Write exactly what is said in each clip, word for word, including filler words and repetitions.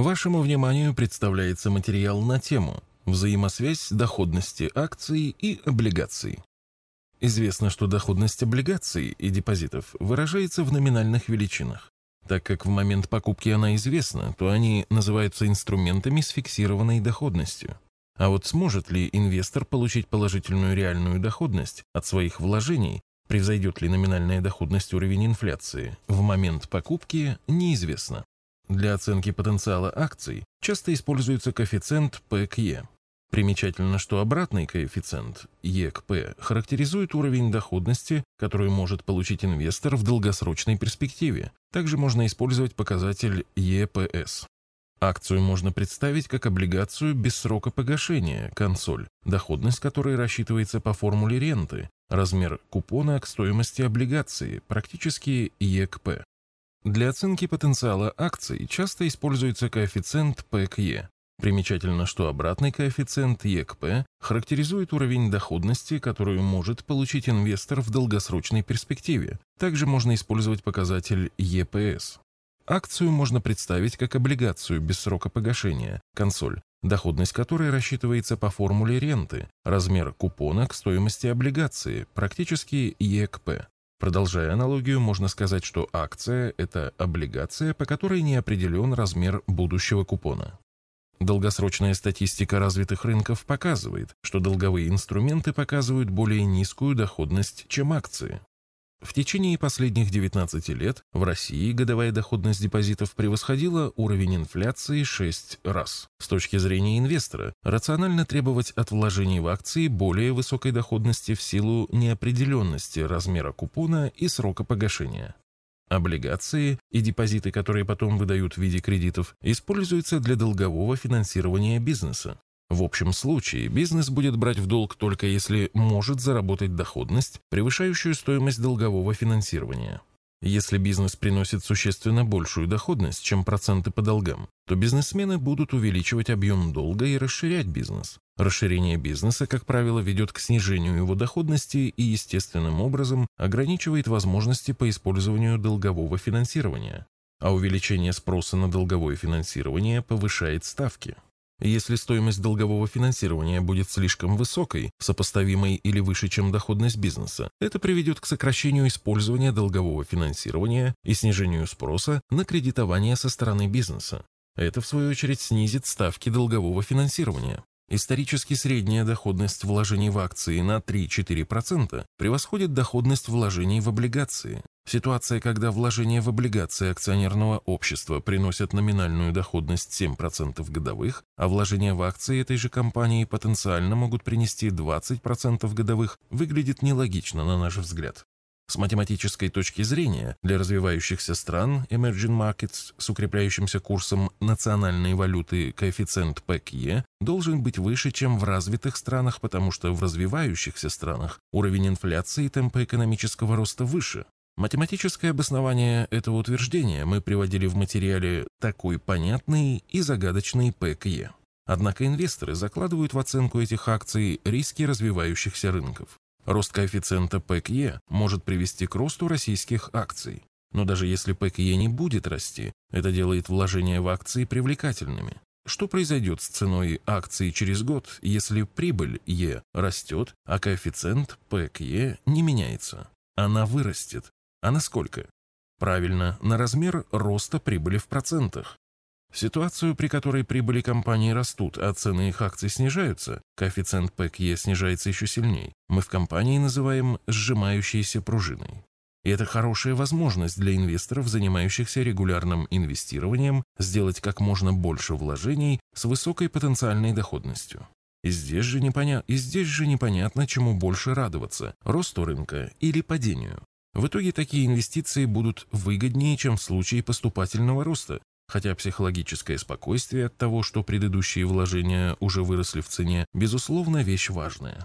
Вашему вниманию представляется материал на тему «Взаимосвязь доходности акций и облигаций». Известно, что доходность облигаций и депозитов выражается в номинальных величинах. Так как в момент покупки она известна, то они называются инструментами с фиксированной доходностью. А вот сможет ли инвестор получить положительную реальную доходность от своих вложений, превзойдет ли номинальная доходность уровень инфляции, в момент покупки неизвестно. Для оценки потенциала акций часто используется коэффициент P к E. Примечательно, что обратный коэффициент E к P характеризует уровень доходности, которую может получить инвестор в долгосрочной перспективе. Также можно использовать показатель E P S. Акцию можно представить как облигацию без срока погашения, консоль, доходность которой рассчитывается по формуле ренты, размер купона к стоимости облигации, практически E к P. Для оценки потенциала акций часто используется коэффициент P к E. Примечательно, что обратный коэффициент E к P характеризует уровень доходности, которую может получить инвестор в долгосрочной перспективе. Также можно использовать показатель E P S. Акцию можно представить как облигацию без срока погашения, консоль, доходность которой рассчитывается по формуле ренты, размер купона к стоимости облигации, практически E к P. Продолжая аналогию, можно сказать, что акция – это облигация, по которой не определен размер будущего купона. Долгосрочная статистика развитых рынков показывает, что долговые инструменты показывают более низкую доходность, чем акции. В течение последних девятнадцати лет в России годовая доходность депозитов превосходила уровень инфляции шесть раз. С точки зрения инвестора, рационально требовать от вложений в акции более высокой доходности в силу неопределенности размера купона и срока погашения. Облигации и депозиты, которые потом выдают в виде кредитов, используются для долгового финансирования бизнеса. В общем случае бизнес будет брать в долг только если может заработать доходность, превышающую стоимость долгового финансирования. Если бизнес приносит существенно большую доходность, чем проценты по долгам, то бизнесмены будут увеличивать объем долга и расширять бизнес. Расширение бизнеса, как правило, ведет к снижению его доходности и естественным образом ограничивает возможности по использованию долгового финансирования. А увеличение спроса на долговое финансирование повышает ставки. Если стоимость долгового финансирования будет слишком высокой, сопоставимой или выше, чем доходность бизнеса, это приведет к сокращению использования долгового финансирования и снижению спроса на кредитование со стороны бизнеса. Это, в свою очередь, снизит ставки долгового финансирования. Исторически средняя доходность вложений в акции на три-четыре процента превосходит доходность вложений в облигации. Ситуация, когда вложения в облигации акционерного общества приносят номинальную доходность семь процентов годовых, а вложения в акции этой же компании потенциально могут принести двадцать процентов годовых, выглядит нелогично на наш взгляд. С математической точки зрения, для развивающихся стран emerging markets с укрепляющимся курсом национальной валюты коэффициент P к E должен быть выше, чем в развитых странах, потому что в развивающихся странах уровень инфляции и темпы экономического роста выше. Математическое обоснование этого утверждения мы приводили в материале «Такой понятный и загадочный P к E». Однако инвесторы закладывают в оценку этих акций риски развивающихся рынков. Рост коэффициента P к E может привести к росту российских акций. Но даже если P к E не будет расти, это делает вложения в акции привлекательными. Что произойдет с ценой акций через год, если прибыль E растет, а коэффициент P к E не меняется? Она вырастет. А на сколько? Правильно, на размер роста прибыли в процентах. Ситуацию, при которой прибыли компании растут, а цены их акций снижаются, коэффициент P к E снижается еще сильнее, мы в компании называем сжимающейся пружиной. И это хорошая возможность для инвесторов, занимающихся регулярным инвестированием, сделать как можно больше вложений с высокой потенциальной доходностью. И здесь же непоня... И здесь же непонятно, чему больше радоваться – росту рынка или падению. В итоге такие инвестиции будут выгоднее, чем в случае поступательного роста, хотя психологическое спокойствие от того, что предыдущие вложения уже выросли в цене, безусловно, вещь важная.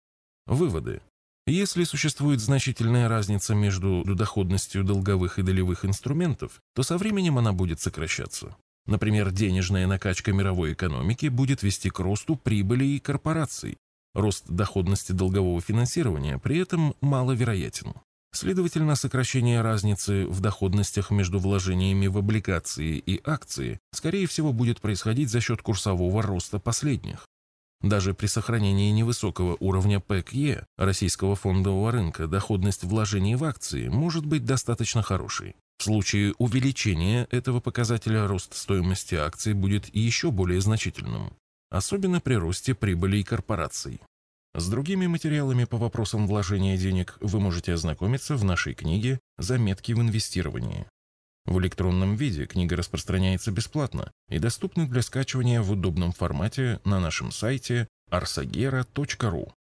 Выводы. Если существует значительная разница между доходностью долговых и долевых инструментов, то со временем она будет сокращаться. Например, денежная накачка мировой экономики будет вести к росту прибыли корпораций. Рост доходности долгового финансирования при этом маловероятен. Следовательно, сокращение разницы в доходностях между вложениями в облигации и акции, скорее всего, будет происходить за счет курсового роста последних. Даже при сохранении невысокого уровня Пэ К Е российского фондового рынка доходность вложений в акции может быть достаточно хорошей. В случае увеличения этого показателя рост стоимости акций будет еще более значительным, особенно при росте прибылей корпораций. С другими материалами по вопросам вложения денег вы можете ознакомиться в нашей книге «Заметки в инвестировании». В электронном виде книга распространяется бесплатно и доступна для скачивания в удобном формате на нашем сайте arsagera точка ру.